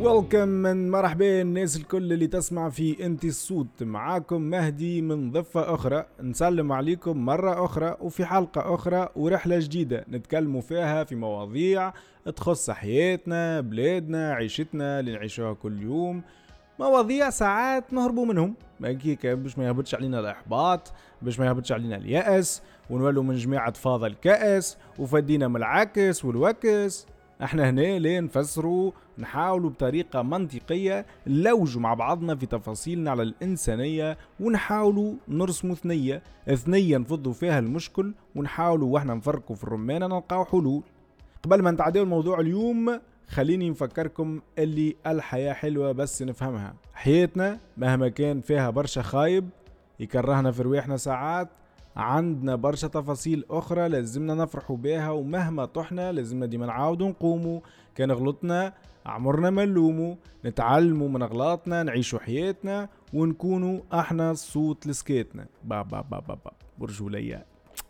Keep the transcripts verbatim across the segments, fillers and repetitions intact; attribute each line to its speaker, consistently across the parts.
Speaker 1: ويلكم من مرحبا الناس الكل اللي تسمع في انتي الصوت. معاكم مهدي من ضفة اخرى، نسلم عليكم مرة اخرى وفي حلقة اخرى ورحلة جديدة نتكلموا فيها في مواضيع تخص حياتنا، بلادنا، عيشتنا اللي نعيشوها كل يوم. مواضيع ساعات نهربوا منهم هيك باش ما يهبطش علينا الاحباط، باش ما يهبطش علينا اليأس ونولوا من جماعة فاضل الكأس وفدينا من العكس والوكس. احنا هنا ليه نفسروا، نحاولوا بطريقة منطقية نلوجوا مع بعضنا في تفاصيلنا على الإنسانية، ونحاولوا نرسموا ثنية ثنية نفضوا فيها المشكل، ونحاولوا واحنا نفرقوا في الرمانة نلقاو حلول. قبل ما نتعداو الموضوع اليوم خليني نفكركم اللي الحياة حلوة بس نفهمها. حياتنا مهما كان فيها برشا خايب يكرهنا في رواحنا ساعات، عندنا برشا تفاصيل أخرى لازمنا نفرحوا بها، ومهما طحنا لازمنا ديما نعاودوا نقوموا. كان غلطنا عمرنا ما نلوموا، نتعلموا من أغلاطنا، نعيشوا حياتنا ونكونوا احنا الصوت لسكيتنا. با با با با با برجولية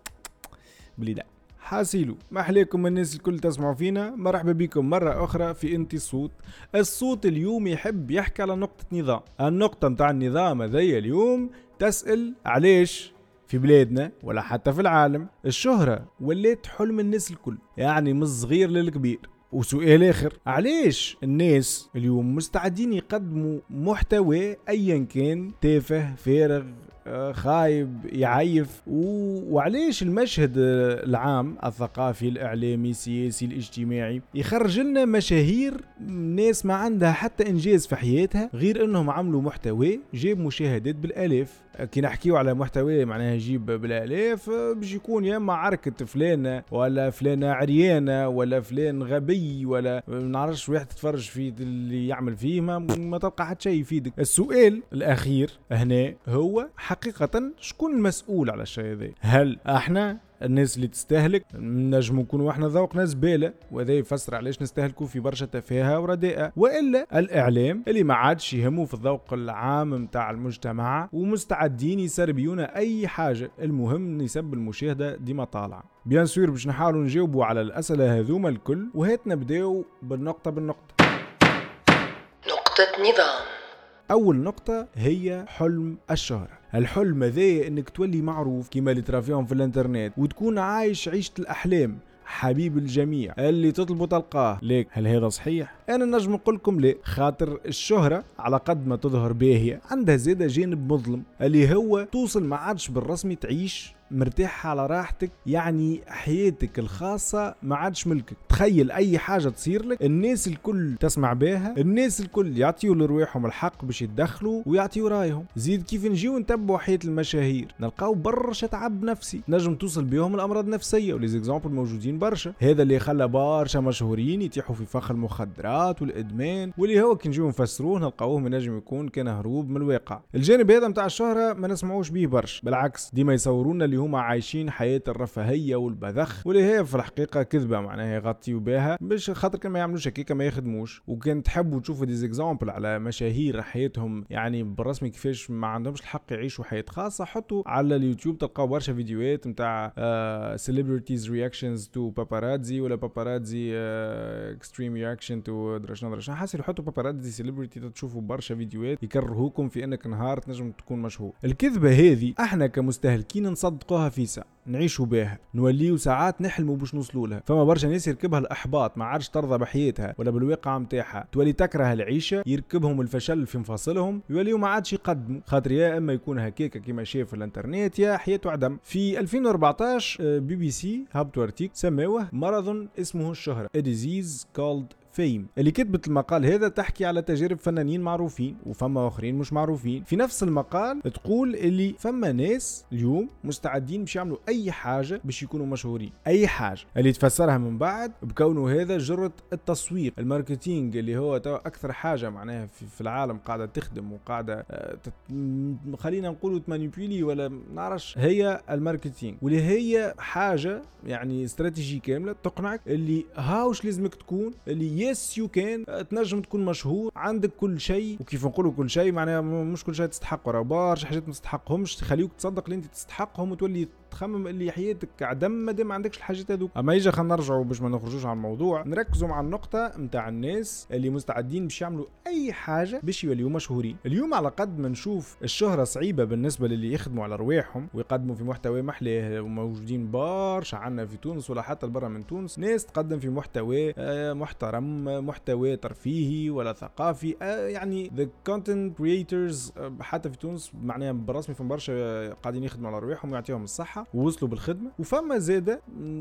Speaker 1: بليدا حاسيلو. محليكم الناس الكل تسمعوا فينا، مرحبا بكم مرة أخرى في انتي الصوت. الصوت اليوم يحب يحكي على نقطة نظام. النقطة متاع النظام هذيا اليوم تسأل علاش في بلادنا ولا حتى في العالم الشهرة ولات حلم الناس الكل، يعني من الصغير للكبير. وسؤال آخر، علاش الناس اليوم مستعدين يقدموا محتوى أيا كان تافه فارغ خايب يعيف، وعليش المشهد العام الثقافي الإعلامي السياسي الاجتماعي يخرج لنا مشاهير ناس ما عندها حتى إنجاز في حياتها غير أنهم عملوا محتوى جيب مشاهدات بالآلاف. كي نحكيو على محتوى معناها يجيب بالآلاف باش يكون يا اما عركة فلانة ولا فلانة عريانة ولا فلان غبي ولا نعرفش واحد تتفرج في اللي يعمل فيه ما, ما تلقى حتى شيء يفيدك. السؤال الأخير هنا هو حقيقة شكون المسؤول على الشيء هذا؟ هل احنا الناس اللي تستهلك نجم نكونوا احنا ذوقنا زبالة، وهذا يفسر علاش نستهلكوا في برشا تفاهة ورداءة، والا الاعلام اللي ما عادش يهموا في الذوق العام متاع المجتمع ومستعدين يسربيونا اي حاجة، المهم نسب المشاهدة ديما طالعة. بيان سور باش نحاولوا نجاوبوا على الاسئلة هذوما الكل، وهات نبداو بالنقطة بالنقطة.
Speaker 2: نقطة نظام.
Speaker 1: أول نقطة هي حلم الشهرة. الحلم ذا إنك تولي معروف كما اللي ترافيهم في الانترنت وتكون عايش عيشة الأحلام، حبيب الجميع، اللي تطلبوا تلقاه. ليك هل هذا صحيح؟ أنا نجم نقولكم ليه، خاطر الشهرة على قد ما تظهر باهية عندها زيادة جانب مظلم، اللي هو توصل ما عادش بالرسمي تعيش مرتاح على راحتك، يعني حياتك الخاصة ما عادش ملكك. تخيل أي حاجة تصير لك الناس الكل تسمع بها، الناس الكل يعطيوا لرواحهم الحق باش يتدخلوا ويعطيوا رايهم. زيد كيف نجيو نتبعوا حياة المشاهير نلقاو برشا تعب نفسي، نجم توصل بهم الأمراض النفسية، وليزيكزامبل موجودين برشا. هذا اللي خلى برشا مشهورين يتيحوا في فخ المخدرات والإدمان، واللي هو كي نجيو نفسروه نلقاوه نجم يكون كان هروب من الواقع. الجانب هذا متاع الشهرة ما نسمعوش به برش، بالعكس ديما يصورونا اللي هما عايشين حياة الرفاهية والبذخ، واللي هي في الحقيقة كذبة معناها يغطيوا بها باش خاطر كان ما يعملوش هكاك ما يخدموش. وكان تحبوا تشوفوا ديزيكزامبل على مشاهير حياتهم يعني بالرسمي كيفاش ما عندهمش الحق يعيشوا حياة خاصة، حطوا على اليوتيوب تلقاو برشا فيديوهات متاع celebrities reactions to paparazzi ولا paparazzi extreme reaction to درشنا درشنا. حاسس يحطوا paparazzi celebrity تشوفوا برشا فيديوهات يكرهوكم في انك نهار تنجم تكون مشهور. الكذبة هذه احنا كمستهلكين نصدقوها في ساعة نعيشوا بها، نوليو ساعات نحلموا باش نوصلوا لها. فما برشا ناس يركبها الاحباط، ما عادش ترضى بحياتها ولا بالواقع متاعها، تولي تكره العيشه، يركبهم الفشل في مفاصلهم، يوليو ما عادش يقدموا، خاطر يا اما يكون هكاكا كيما شاف في الانترنت يا حياته عدم. في ألفين وأربعطاش بي بي سي هبطوا ارتيك سموه مرض اسمه الشهرة، a disease called فيم. اللي كتبت المقال هذا تحكي على تجارب فنانين معروفين وفما اخرين مش معروفين. في نفس المقال تقول اللي فما ناس اليوم مستعدين باش يعملوا اي حاجه باش يكونوا مشهورين، اي حاجه، اللي تفسرها من بعد بكونه هذا جرة التسويق، الماركتينج، اللي هو اكثر حاجه معناها في العالم قاعده تخدم وقاعده تت... خلينا نقولوا تمانيبيولي ولا نعرفش، هي الماركتينج، واللي هي حاجه يعني استراتيجي كامله تقنعك اللي هاوش لازمك تكون، اللي يس يو كان تنجم تكون مشهور، عندك كل شيء، وكيف نقولوا كل شيء معناها مش كل شيء تستحقه، راه برشا حاجات ما تستحقهمش تخليوك تصدق اللي انت تستحقهم وتولي تخمم اللي حياتك عدم مادام ما عندكش الحاجات هذوك. اما يجي خلينا نرجعوا باش ما نخرجوش على الموضوع، نركزوا مع النقطه نتاع الناس اللي مستعدين باش يعملوا اي حاجه باش يوليوا مشهورين. اليوم على قد ما نشوف الشهره صعيبه بالنسبه للي يخدموا على رواحهم ويقدموا في محتوى محلاه، وموجودين برشا عنا في تونس ولا حتى برا من تونس ناس تقدم في محتوى محترم، محتوى ترفيهي ولا ثقافي، يعني the content creators حتى في تونس معناها بالرسمي فما برشا قاعدين يخدموا على رواحهم ويعطيهم الصحه ووصلوا بالخدمه. وفما زاده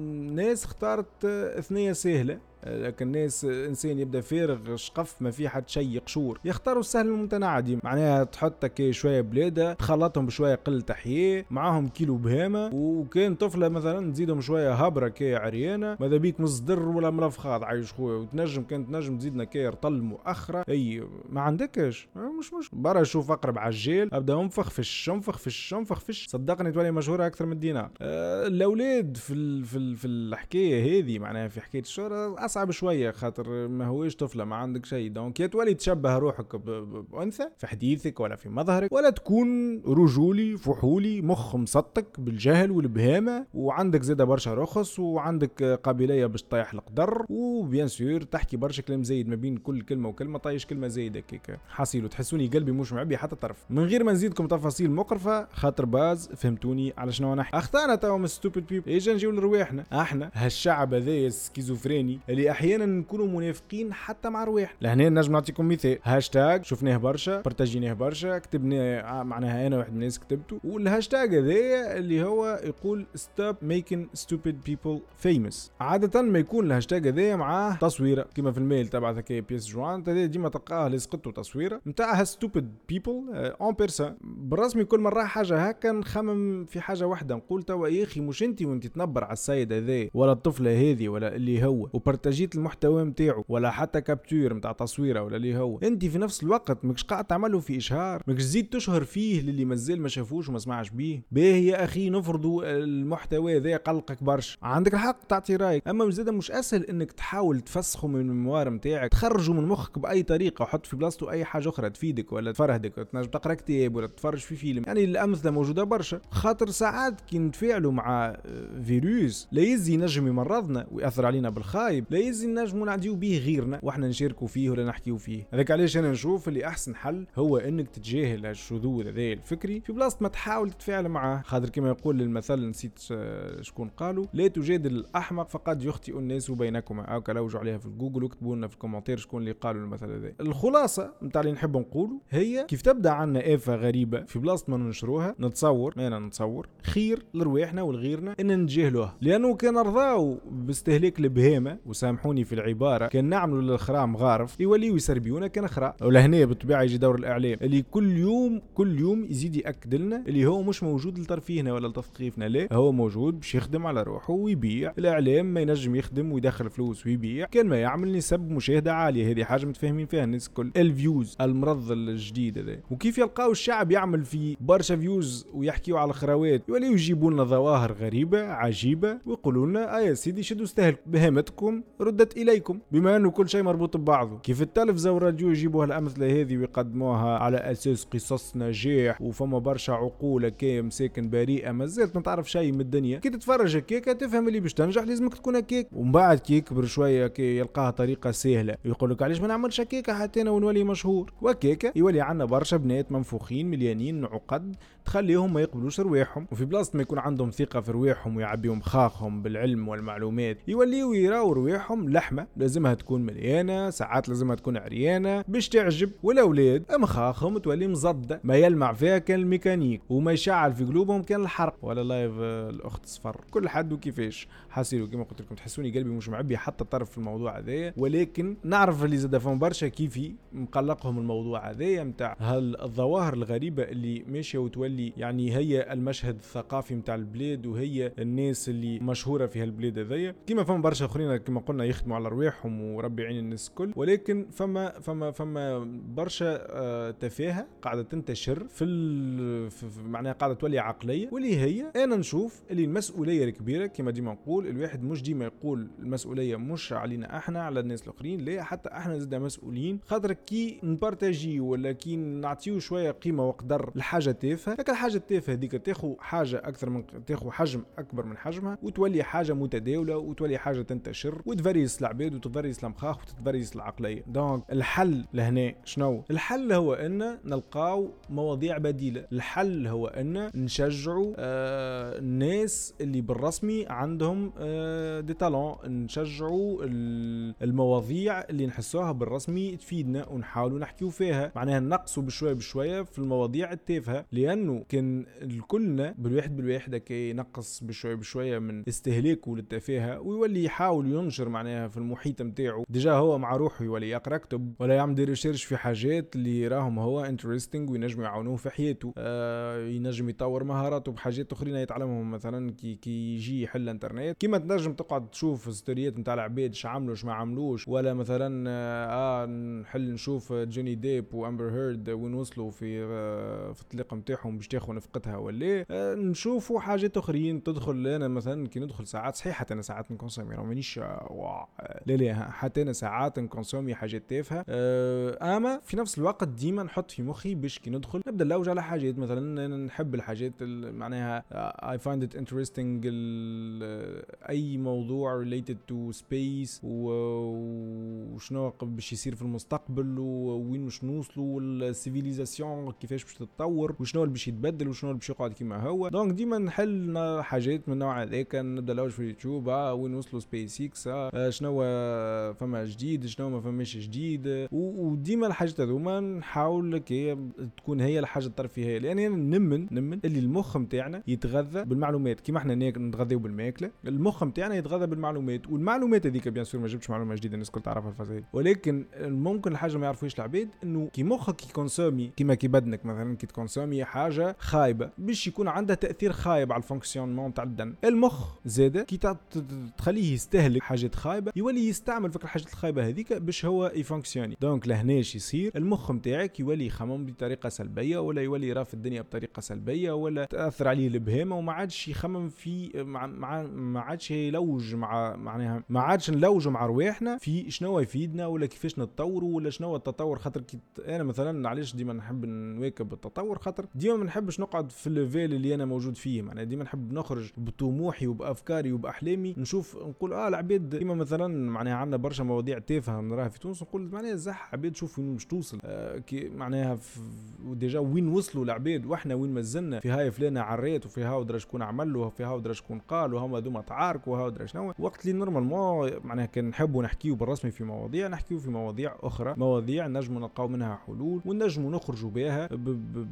Speaker 1: ناس اختارت ثنيه سهله، لكن الناس انسان يبدا فارغ شقف ما في حد شيء يقشور، يختاروا السهل الممتنع ديما، معناها تحط كي شويه بلاده تخلطهم بشويه قله احياء معاهم كيلو بهامه، وكان طفله مثلا تزيدهم شويه هبره كي عريانه ماذا بيك مصدر ولا مرفخاض عايش خويا، وتنجم كانت تنجم تزيدنا كي رطل مؤخره، اي ما عندكش مش مش برا شوف اقرب عجال ابدا انفخ فش انفخ فش انفخ فش، صدقني تولي مشهوره اكثر من دينار. أه الاولاد في ال في ال في الحكايه هذه معناها في حكايه الشهره اصعب شويه، خاطر ما هوش طفله ما عندك شيء، دونك يا تولي تشبه روحك بانثى في حديثك ولا في مظهرك، ولا تكون رجولي فحولي مخ مسطك بالجهل والبهامه، وعندك زاده برشا رخص، وعندك قابليه باش تطيح القدر، وبيان سور تحكي برشا كلام زايد ما بين كل كلمه وكلمه طايش كلمه زايده كيك حصيل، وتحسوني قلبي مش معبي حتى طرف. من غير ما نزيدكم تفاصيل مقرفه خاطر باز فهمتوني على شنو نحكي. اخطانا تو من ستوبيد بيبل، اجا نجيو لرواحنا احنا هالشعب هذا سكيزوفريني اللي احيانا نكونوا منافقين حتى مع رواحنا. لهنا نجم نعطيكم مثال، هاشتاج شفناه برشا بارتاجيناه برشا كتبناه معناها انا واحد من الناس كتبته، والهاشتاج هذا اللي هو يقول stop making stupid people famous. عاده ما يكون الهاشتاج هذا معاه تصويره كما في الميل تبع ذاك بيس جوان ديما تلقاه لصقته تصويره نتاعها stupid people اون بيرسون. بالرسمي كل مره حاجه هكا نخمم في حاجه واحده، نقول توا يا اخي مش انت وانت تنبر على السيد هذا ولا الطفله هذه ولا اللي هو وبارتاجيت المحتوى نتاعو ولا حتى كابتور نتاع تصويره ولا اللي هو، انت في نفس الوقت ماكش قاعد تعمله في اشهار، ماكش زيد تشهر فيه للي مازال ما شافوش وما سمعش بيه. باهي يا اخي نفرضوا المحتوى ذا قلقك برشا، عندك الحق تعطي رايك، اما زاد مش اسهل انك تحاول تفسخه من الموار نتاعك، تخرجه من مخك باي طريقه وحط في بلاصته اي حاجه اخرى تفيدك ولا تفرهدك، تنجم تقرا كتاب ولا تتفرج في فيلم، يعني الامثله موجوده برشا. خاطر ساعات كي نتفاعلوا مع فيروس لا يزي نجم يمرضنا ويأثر علينا بالخايب، لا يزي نجموا نعديو به غيرنا واحنا نشاركوا فيه ولا نحكيو فيه. هذاك علاش انا نشوف اللي احسن حل هو انك تتجاهل الشذوذ هذا الفكري في بلاصه ما تحاول تتفاعل معاه، خاطر كما يقول المثل نسيت شكون قالوا، لا تجادل الاحمق فقد يخطئ الناس بينكما، او كلوجوا عليها في الجوجل وكتبوا لنا في الكومنتير شكون اللي قالوا المثل هذا. الخلاصه نتاع اللي نحب نقوله هي كيف تبدا عنا آفة غريبه في بلاصه ما ننشروها، نتصور انا نتصور خير لرواحنا ولغيرنا ان نتجاهلوها، لانه كان رضاو باستهلاك البهامه وسامحوني في العباره، كان نعملوا للخرام غارف يوليو يسربيونا كان خرا. ولهنا بالطبيعه يجي دور الاعلام اللي كل يوم كل يوم يزيد ياكد لنا اللي هو مش موجود لترفيهنا ولا لتثقيفنا، لا هو موجود باش يخدم على روحه ويبيع. الاعلام ما ينجم يخدم ويدخل فلوس ويبيع كان ما يعمل نسب مشاهده عاليه، هذه حاجه متفاهمين فيها الناس الكل. الفيوز المرض الجديد هذا، وكيف يلقاو الشعب يعمل في برشا فيوز ويحكيوا على الخراوات، يوليو يجيبوا لنا ظواهر غريبه عجيبه ويقولوا لنا اه يا سيدي شدوا استهلك بهامتكم ردت اليكم، بما انه كل شيء مربوط ببعضه. كيف التلفزه والراديو يجيبوا هالامثله هذه ويقدموها على اساس قصص نجاح، وفما برشا عقول كي مساكن بريئه مازالت ما تعرف شيء من الدنيا، كي تتفرج هكاك تفهم اللي باش تنجح لازمك تكون هكاك، ومن بعد كي يكبر شويه كي يلقاها طريقه سهله يقول لك علاش ما نعملش هكاك حتى انا ونولي مشهور، وهكاك يولي عندنا برشا بنات منفوخين مليانين عقد تخليهم ما يقبلوش رواحهم، وفي بلاصه ما يكون عندهم ثقه في رواحهم ويعبيهم خاخهم بالعلم والمعلومات يوليوا يراو رواحهم لحمه لازمها تكون مليانه، ساعات لازمها تكون عريانه باش تعجب، والاولاد مخاخهم تولي مزده ما يلمع فيها كان الميكانيك وما يشعل في قلوبهم كان الحرق ولا لايف الاخت صفر، كل حد وكيفاش حاسيلو كما قلت لكم تحسوني قلبي مش معبي حتى طرف في الموضوع هذايا، ولكن نعرف اللي زاد فهم برشا كيفي مقلقهم الموضوع هذايا نتاع هالظواهر الغريبه اللي ماشيه وتولي يعني هي المشهد الثقافي نتاع البلاد وهي الناس اللي مشهوره في هالبلاد هذايا. كما فهم برشا اخرين كما قلنا يخدموا على رواحهم وربي يعين الناس الكل، ولكن فما فما فما برشا آه تفاهه قاعده تنتشر في, في معناها قاعده تولي عقليه، واللي هي انا نشوف اللي المسؤوليه الكبيره كما ديما نقول. الواحد مش ديما يقول المسؤوليه مش علينا احنا على الناس الاخرين، لا حتى احنا زدنا مسؤولين، خاطر كي نبارتاجي ولا كي نعطيو شويه قيمه وقدر الحاجه تافهه، لكن الحاجه التافهه هذيك تاخذ حاجه اكثر من تاخذ حجم اكبر من حجمها، وتولي حاجه متداوله وتولي حاجه تنتشر وتفريس العباد وتفريس المخاخ وتتفريس العقليه. دونك الحل لهنا شنو؟ الحل هو ان نلقاو مواضيع بديله. الحل هو ان نشجعوا آه الناس اللي بالرسمي عندهم آه دي تالون، نشجعوا المواضيع اللي نحسوها بالرسمي تفيدنا ونحاولوا نحكيو فيها، معناها نقصوا بشويه بشويه في المواضيع التافهه، لانه كان الكلنا بالواحد بالواحد كي ينقص بشويه بشويه من استهلاكه للتفاهه ويولي يحاول ينشر معناها في المحيط نتاعو، ديجا هو مع روحه يولي يقرا كتب ولا يعمل دي ريسيرش في حاجات اللي راهم هو انترستينج وينجم يعاونوه في حياته، آه ينجم يطور مهاراته بحاجات اخرين يتعلمهم، مثلا كي كي يجي يحل انترنت، كيما تنجم تقعد تشوف ستوريات نتاع العباد اش عملوا اش ما عملوش، ولا مثلا اه نحل نشوف جوني ديب وامبر هيرد وين وصلوا في آه في الطليقه نتاعهم باش تاخذ نفقتها، ولا آه نشوفوا حاجات اخرين. تدخل انا مثلا كي ندخل ساعات صحيح حتى انا ساعات نكونسومي مانيش لا لا حتى انا ساعات نكونسومي حاجات تافهه، آه اما في نفس الوقت ديما نحط في مخي باش كي ندخل نبدا نلوج على حاجات، مثلا انا نحب الحاجات معناها I find it interesting اي موضوع related to space وشنو باش يصير في المستقبل ووين باش نوصلوا السيفيليزاسيون كيفاش باش تتطور وشنو اللي باش يتبدل وشنو اللي باش يقعد كيما هو. دونك ديما نحل حاجات من النوع هذاك، نبدا نلوج في اليوتيوب اه وين وصلوا سبيس اكس، اه شنو فما جديد شنو ما فماش جديد، وديما الحاجات هذوما نحاول كي تكون هي الحاجه الترفيهيه، لان يعني نمن نمن اللي المخ نتاعنا يتغذى بالمعلومات كيما احنا نتغذاو بالماكله، المخ نتاعنا يتغذى بالمعلومات، والمعلومات هذيك بيان سور ما جبتش معلومه جديده الناس الكل تعرفها الفازيل، ولكن ممكن الحاجه ما يعرفوش العباد انه كي مخك يكونسومي كيما كي بدنك مثلا كي تكونسومي حاجه خايبه باش يكون عندها تاثير خايب على الفونكسيونمون تاع الدم، المخ زاده كي تخليه يستهلك حاجات خايبه يولي يستعمل فك الحاجات الخايبه هذيك باش هو يفونكسيوني. دونك لهناش يصير المخ نتاعك يولي يخمم بطريقه سلبيه، ولا يولي يرى في الدنيا بطريقه سلبيه، ولا تاثر عليه الابهام وما عادش يخمم في مع مع ما عادش يلوج مع معناها ما عادش نلوج مع رواحنا في شنو يفيدنا ولا كيفاش نتطوروا ولا شنو التطور. خاطر كي انا مثلا علاش ديما نحب نواكب التطور، خاطر ديما ما نحبش نقعد في الليفل اللي انا موجود فيه، معناها ديما نحب نخرج بطموحي وبافكاري وباحلامي، نشوف نقول اه العباد كيما مثلا معناها عندنا برشا مواضيع تافهه نراها في تونس، نقول معناها زح عباد شوف وين باش توصل، آه كي معناها ديجا وين وصلوا العباد واحنا وين مازلنا، في هاي فلانه عريت وفي هاو درا شكون عمل له وفي هاو درا شكون قال وهما ذوما تعاركوا وهاو درا شنو، وقت اللي نورمالمون معناها كان نحبوا نحكيو بالرسمي في مواضيع نحكيو في مواضيع اخرى، مواضيع نجموا نلقاو منها حلول ونجموا نخرجوا بها ب ب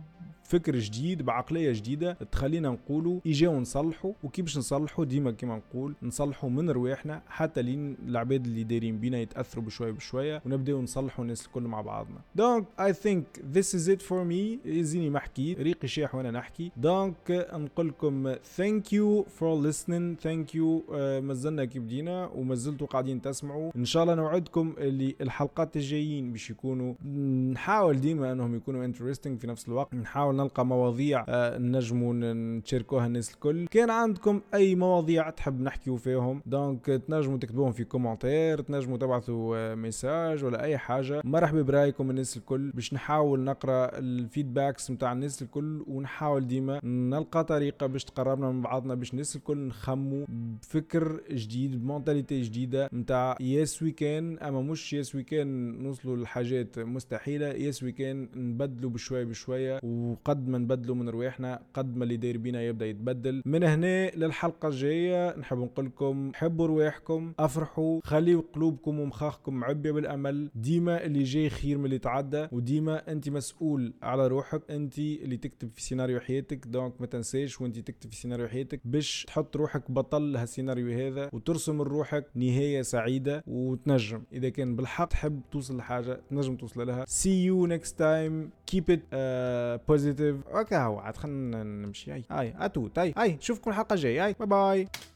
Speaker 1: فكر جديد بعقليه جديده تخلينا نقولوا اجاو نصلحوا، وكي باش نصلحوا ديما كيما نقول نصلحوا من رواحنا حتى لين العباد اللي دايرين بينا يتاثروا بشويه بشويه ونبداو نصلحوا الناس الكل مع بعضنا. دونك I think this is it for me، يزيني ما حكيت ريقي شاح وانا نحكي، دونك نقول لكم thank you for listening thank you. آه مازلنا كي بدينا ومازلتوا قاعدين تسمعوا، ان شاء الله نوعدكم اللي الحلقات الجايين باش يكونوا نحاول ديما انهم يكونوا interesting، في نفس الوقت نحاول نلقى مواضيع آه نجموا نشاركوها الناس الكل. كان عندكم اي مواضيع تحب نحكيو فيهم دونك تنجموا تكتبوهم في كومنتير، تنجموا تبعثوا آه ميساج ولا اي حاجه. مرحبا برايكم الناس الكل باش نحاول نقرا الفيدباكس نتاع الناس الكل، ونحاول ديما نلقى طريقه باش تقربنا من بعضنا، باش الناس الكل نخموا بفكر جديد بمونتاليتي جديده نتاع يس وي كان، اما مش يس وي كان نوصلوا لحاجات مستحيله، يس وي كان نبدلوا بشويه بشويه، وقد ما نبدلوا من رواحنا قد ما اللي داير بينا يبدا يتبدل. من هنا للحلقه الجايه نحب نقول لكم حبوا رواحكم، افرحوا، خليوا قلوبكم ومخاخكم معبيه بالامل، ديما اللي جاي خير من اللي تعدى، وديما انت مسؤول على روحك، انت اللي تكتب في سيناريو حياتك، دونك ما تنساش وانت تكتب في سيناريو حياتك باش تحط روحك بطل هالسيناريو هذا وترسم لروحك نهايه سعيده، وتنجم اذا كان بالحق تحب توصل لحاجه تنجم توصل لها. see you next time keep it uh, positive. اوكي هاو عاد خلينا نمشي، هاي هاي اتوت، هاي هاي نشوفكم الحلقه الجايه، هاي باي باي.